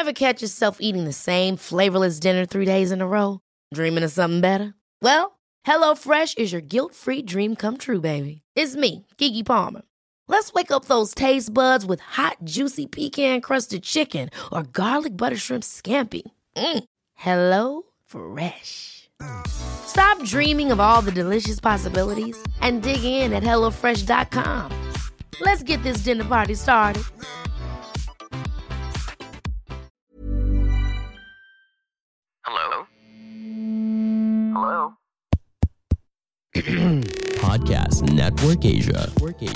Ever catch yourself eating the same flavorless dinner 3 days in a row? Dreaming of something better? Well, HelloFresh is your guilt-free dream come true, baby. It's me, Keke Palmer. Let's wake up those taste buds with hot, juicy pecan-crusted chicken or garlic butter shrimp scampi. Hello Fresh. Stop dreaming of all the delicious possibilities and dig in at HelloFresh.com. Let's get this dinner party started. Hello? Hello? Podcast Network Asia.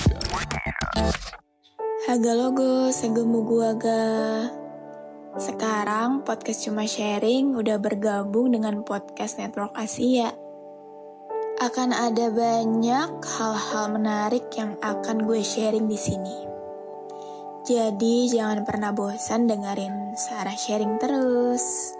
Haga logo, segemu guaga. Sekarang podcast Cuma Sharing udah bergabung dengan podcast Network Asia. Akan ada banyak hal-hal menarik yang akan gue sharing di sini. Jadi jangan pernah bosan dengerin Sarah sharing terus.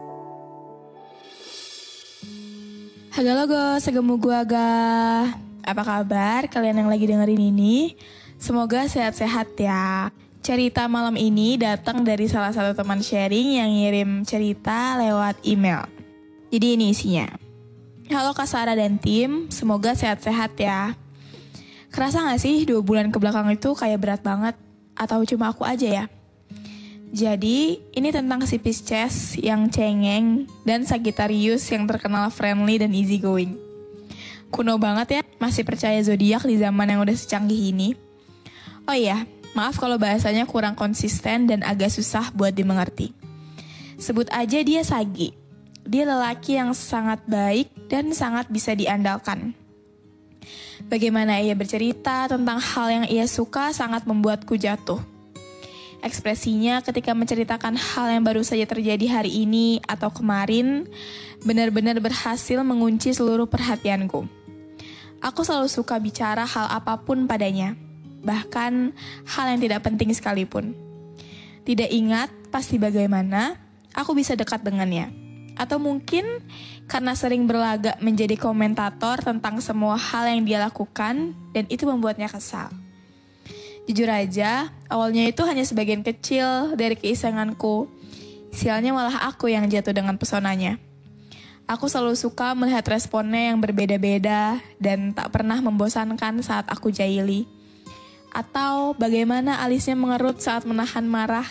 Halo logo, segemu guaga. Apa kabar kalian yang lagi dengerin ini? Semoga sehat-sehat ya. Cerita malam ini datang dari salah satu teman sharing yang ngirim cerita lewat email. Jadi ini isinya. Halo Kak Sarah dan tim, semoga sehat-sehat ya. Kerasa gak sih 2 bulan kebelakang itu kayak berat banget? Atau cuma aku aja ya? Jadi, ini tentang si Pisces yang cengeng dan Sagittarius yang terkenal friendly dan easygoing. Kuno banget ya, masih percaya zodiak di zaman yang udah secanggih ini. Oh iya, maaf kalau bahasanya kurang konsisten dan agak susah buat dimengerti. Sebut aja dia Sagi. Dia lelaki yang sangat baik dan sangat bisa diandalkan. Bagaimana ia bercerita tentang hal yang ia suka sangat membuatku jatuh. Ekspresinya ketika menceritakan hal yang baru saja terjadi hari ini atau kemarin benar-benar berhasil mengunci seluruh perhatianku. Aku selalu suka bicara hal apapun padanya, bahkan hal yang tidak penting sekalipun. Tidak ingat pasti bagaimana aku bisa dekat dengannya. Atau mungkin karena sering berlagak menjadi komentator tentang semua hal yang dia lakukan dan itu membuatnya kesal. Jujur aja, awalnya itu hanya sebagian kecil dari keisenganku. Sialnya malah aku yang jatuh dengan pesonanya. Aku selalu suka melihat responnya yang berbeda-beda dan tak pernah membosankan saat aku jahili. Atau bagaimana alisnya mengerut saat menahan marah.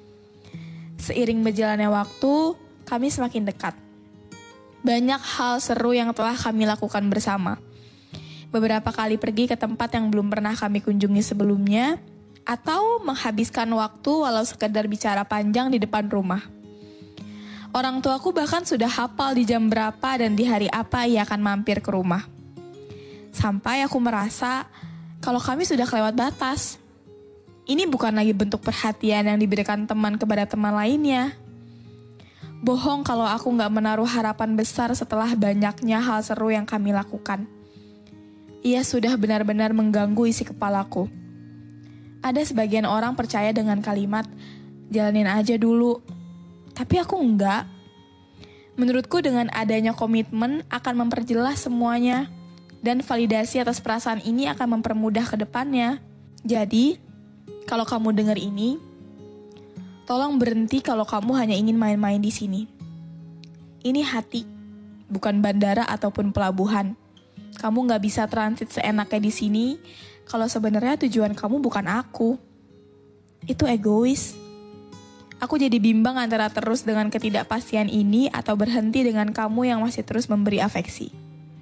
Seiring berjalannya waktu, kami semakin dekat. Banyak hal seru yang telah kami lakukan bersama. Beberapa kali pergi ke tempat yang belum pernah kami kunjungi sebelumnya, atau menghabiskan waktu walau sekedar bicara panjang di depan rumah. Orang tuaku bahkan sudah hafal di jam berapa dan di hari apa ia akan mampir ke rumah. Sampai aku merasa kalau kami sudah kelewat batas. Ini bukan lagi bentuk perhatian yang diberikan teman kepada teman lainnya. Bohong kalau aku gak menaruh harapan besar setelah banyaknya hal seru yang kami lakukan. Ia sudah benar-benar mengganggu isi kepalaku. Ada sebagian orang percaya dengan kalimat, jalanin aja dulu. Tapi aku enggak. Menurutku dengan adanya komitmen akan memperjelas semuanya. Dan validasi atas perasaan ini akan mempermudah ke depannya. Jadi, kalau kamu dengar ini, tolong berhenti kalau kamu hanya ingin main-main di sini. Ini hati, bukan bandara ataupun pelabuhan. Kamu gak bisa transit seenaknya di sini kalau sebenarnya tujuan kamu bukan aku. Itu egois. Aku jadi bimbang antara terus dengan ketidakpastian ini atau berhenti dengan kamu yang masih terus memberi afeksi.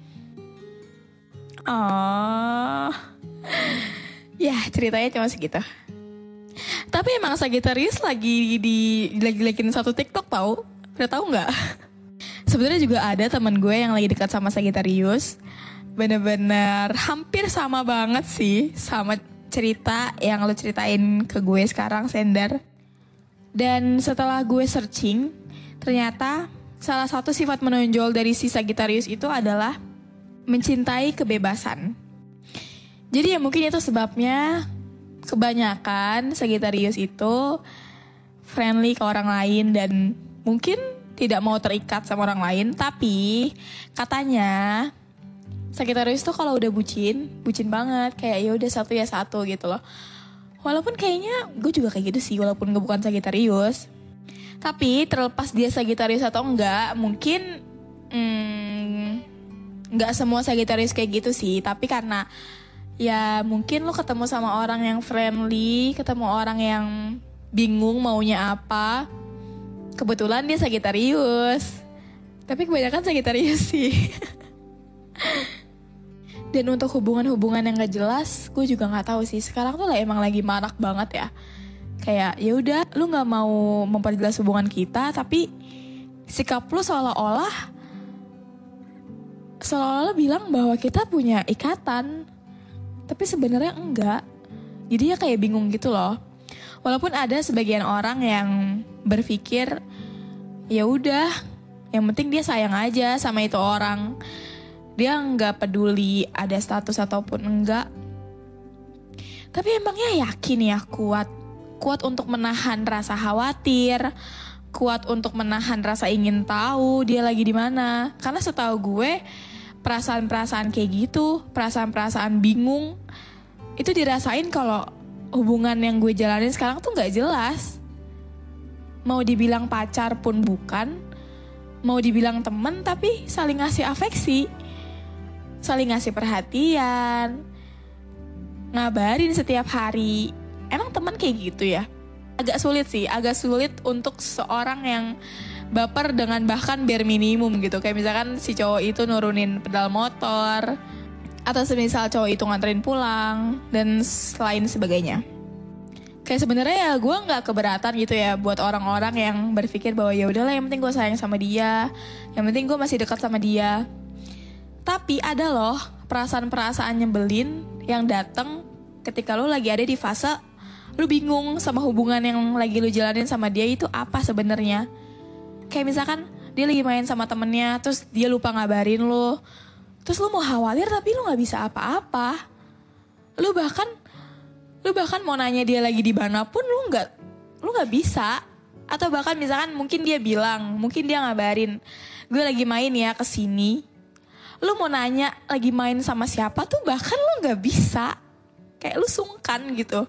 Ya, ceritanya cuma segitu. Tapi emang Sagittarius lagi dilagi-lagin satu TikTok tau? Pernah tahu nggak? Sebenarnya juga ada teman gue yang lagi dekat sama Sagittarius. Bener-bener hampir sama banget sih sama cerita yang lo ceritain ke gue sekarang, Sender. Dan setelah gue searching, ternyata salah satu sifat menonjol dari si Sagittarius itu adalah mencintai kebebasan. Jadi ya mungkin itu sebabnya kebanyakan Sagittarius itu friendly ke orang lain dan mungkin tidak mau terikat sama orang lain. Tapi katanya Sagittarius tuh kalau udah bucin banget, kayak ya udah satu ya satu gitu loh. Walaupun kayaknya gue juga kayak gitu sih, walaupun gue bukan Sagittarius. Tapi terlepas dia Sagittarius atau enggak, mungkin enggak semua Sagittarius kayak gitu sih. Tapi karena ya mungkin lo ketemu sama orang yang friendly, ketemu orang yang bingung maunya apa. Kebetulan dia Sagittarius. Tapi kebanyakan Sagittarius sih. Dan untuk hubungan-hubungan yang gak jelas, gue juga gak tahu sih. Sekarang tuh emang lagi marak banget ya. Kayak ya udah, lu gak mau memperjelas hubungan kita, tapi sikap lu seolah-olah bilang bahwa kita punya ikatan, tapi sebenarnya enggak. Jadi ya kayak bingung gitu loh. Walaupun ada sebagian orang yang berpikir ya udah, yang penting dia sayang aja sama itu orang. Dia nggak peduli ada status ataupun enggak. Tapi emangnya yakin ya kuat untuk menahan rasa khawatir, kuat untuk menahan rasa ingin tahu dia lagi di mana. Karena setahu gue perasaan-perasaan kayak gitu, perasaan-perasaan bingung itu dirasain kalau hubungan yang gue jalanin sekarang tuh nggak jelas. Mau dibilang pacar pun bukan, mau dibilang temen tapi saling ngasih afeksi. Saling ngasih perhatian, ngabarin setiap hari. Emang teman kayak gitu ya? Agak sulit sih, agak sulit untuk seorang yang baper dengan bahkan bare minimum gitu. Kayak misalkan si cowok itu nurunin pedal motor, atau semisal cowok itu nganterin pulang, dan lain sebagainya. Kayak sebenarnya ya gue nggak keberatan gitu ya buat orang-orang yang berpikir bahwa ya udahlah yang penting gue sayang sama dia, yang penting gue masih dekat sama dia. Tapi ada loh perasaan-perasaan nyebelin yang datang ketika lu lagi ada di fase lu bingung sama hubungan yang lagi lu jalanin sama dia itu apa sebenarnya. Kayak misalkan dia lagi main sama temennya, terus dia lupa ngabarin lu. Terus lu mau khawatir tapi lu gak bisa apa-apa. Lu bahkan mau nanya dia lagi di mana pun lu gak bisa. Atau bahkan misalkan mungkin dia bilang, mungkin dia ngabarin, gue lagi main ya kesini. Lu mau nanya lagi main sama siapa tuh bahkan lu gak bisa. Kayak lu sungkan gitu.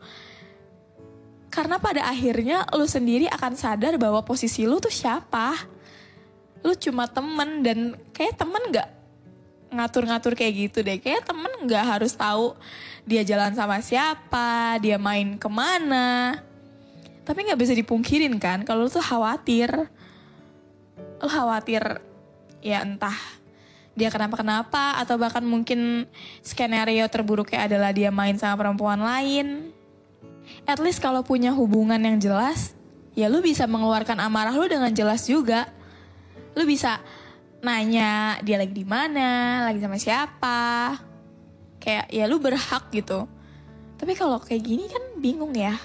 Karena pada akhirnya lu sendiri akan sadar bahwa posisi lu tuh siapa. Lu cuma temen, dan kayak temen gak ngatur-ngatur kayak gitu deh. Kayak temen gak harus tahu dia jalan sama siapa, dia main kemana. Tapi gak bisa dipungkirin kan kalau lu tuh khawatir. Lu khawatir ya entah dia kenapa-kenapa, atau bahkan mungkin skenario terburuknya adalah dia main sama perempuan lain. At least kalau punya hubungan yang jelas, ya lu bisa mengeluarkan amarah lu dengan jelas juga. Lu bisa nanya dia lagi di mana, lagi sama siapa. Kayak ya lu berhak gitu. Tapi kalau kayak gini kan bingung ya.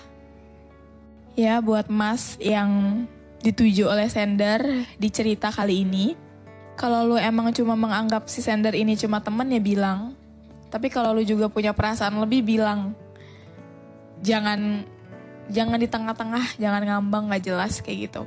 Ya buat Mas yang dituju oleh sender di cerita kali ini, kalau lu emang cuma menganggap si sender ini cuma temen ya bilang. Tapi kalau lu juga punya perasaan lebih bilang. Jangan di tengah-tengah, jangan ngambang gak jelas kayak gitu.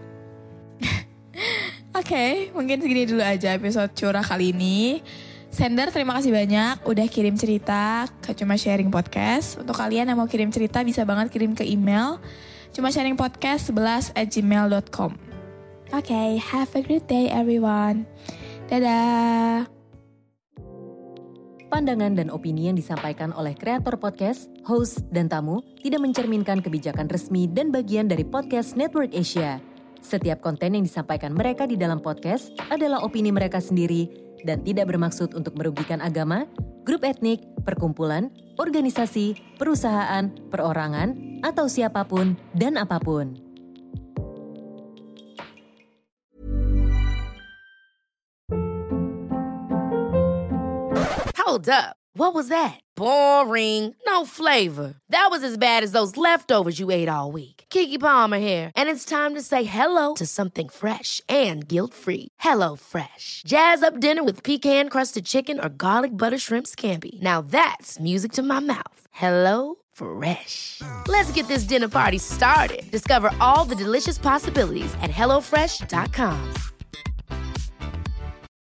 Oke, mungkin segini dulu aja episode curah kali ini. Sender terima kasih banyak udah kirim cerita ke Cuma Sharing Podcast. Untuk kalian yang mau kirim cerita bisa banget kirim ke email cumasharingpodcast11@gmail.com. Oke, have a great day everyone. Dadah. Pandangan dan opini yang disampaikan oleh kreator podcast, host, dan tamu tidak mencerminkan kebijakan resmi dan bagian dari podcast Network Asia. Setiap konten yang disampaikan mereka di dalam podcast adalah opini mereka sendiri dan tidak bermaksud untuk merugikan agama, grup etnik, perkumpulan, organisasi, perusahaan, perorangan, atau siapapun dan apapun. Hold up. What was that? Boring. No flavor. That was as bad as those leftovers you ate all week. Keke Palmer here, and it's time to say hello to something fresh and guilt-free. Hello Fresh. Jazz up dinner with pecan-crusted chicken or garlic butter shrimp scampi. Now that's music to my mouth. Hello Fresh. Let's get this dinner party started. Discover all the delicious possibilities at HelloFresh.com.